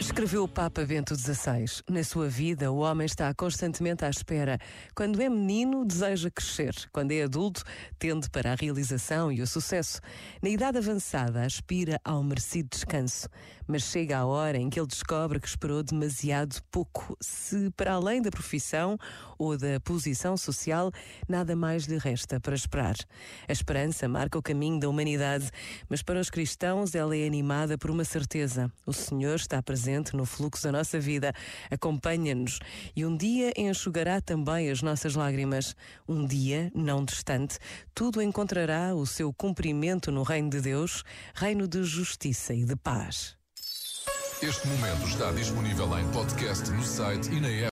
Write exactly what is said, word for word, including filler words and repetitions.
Escreveu o Papa Bento dezasseis. Na sua vida, o homem está constantemente à espera. Quando é menino, deseja crescer. Quando é adulto, tende para a realização e o sucesso. Na idade avançada, aspira ao merecido descanso. Mas chega a hora em que ele descobre que esperou demasiado pouco. Se, para além da profissão ou da posição social, nada mais lhe resta para esperar. A esperança marca o caminho da humanidade, mas para os cristãos ela é animada por uma certeza. O Senhor está presente no fluxo da nossa vida, acompanha-nos e um dia enxugará também as nossas lágrimas. Um dia, não distante, tudo encontrará o seu cumprimento no reino de Deus, reino de justiça e de paz. Este momento está disponível em podcast no site e na app.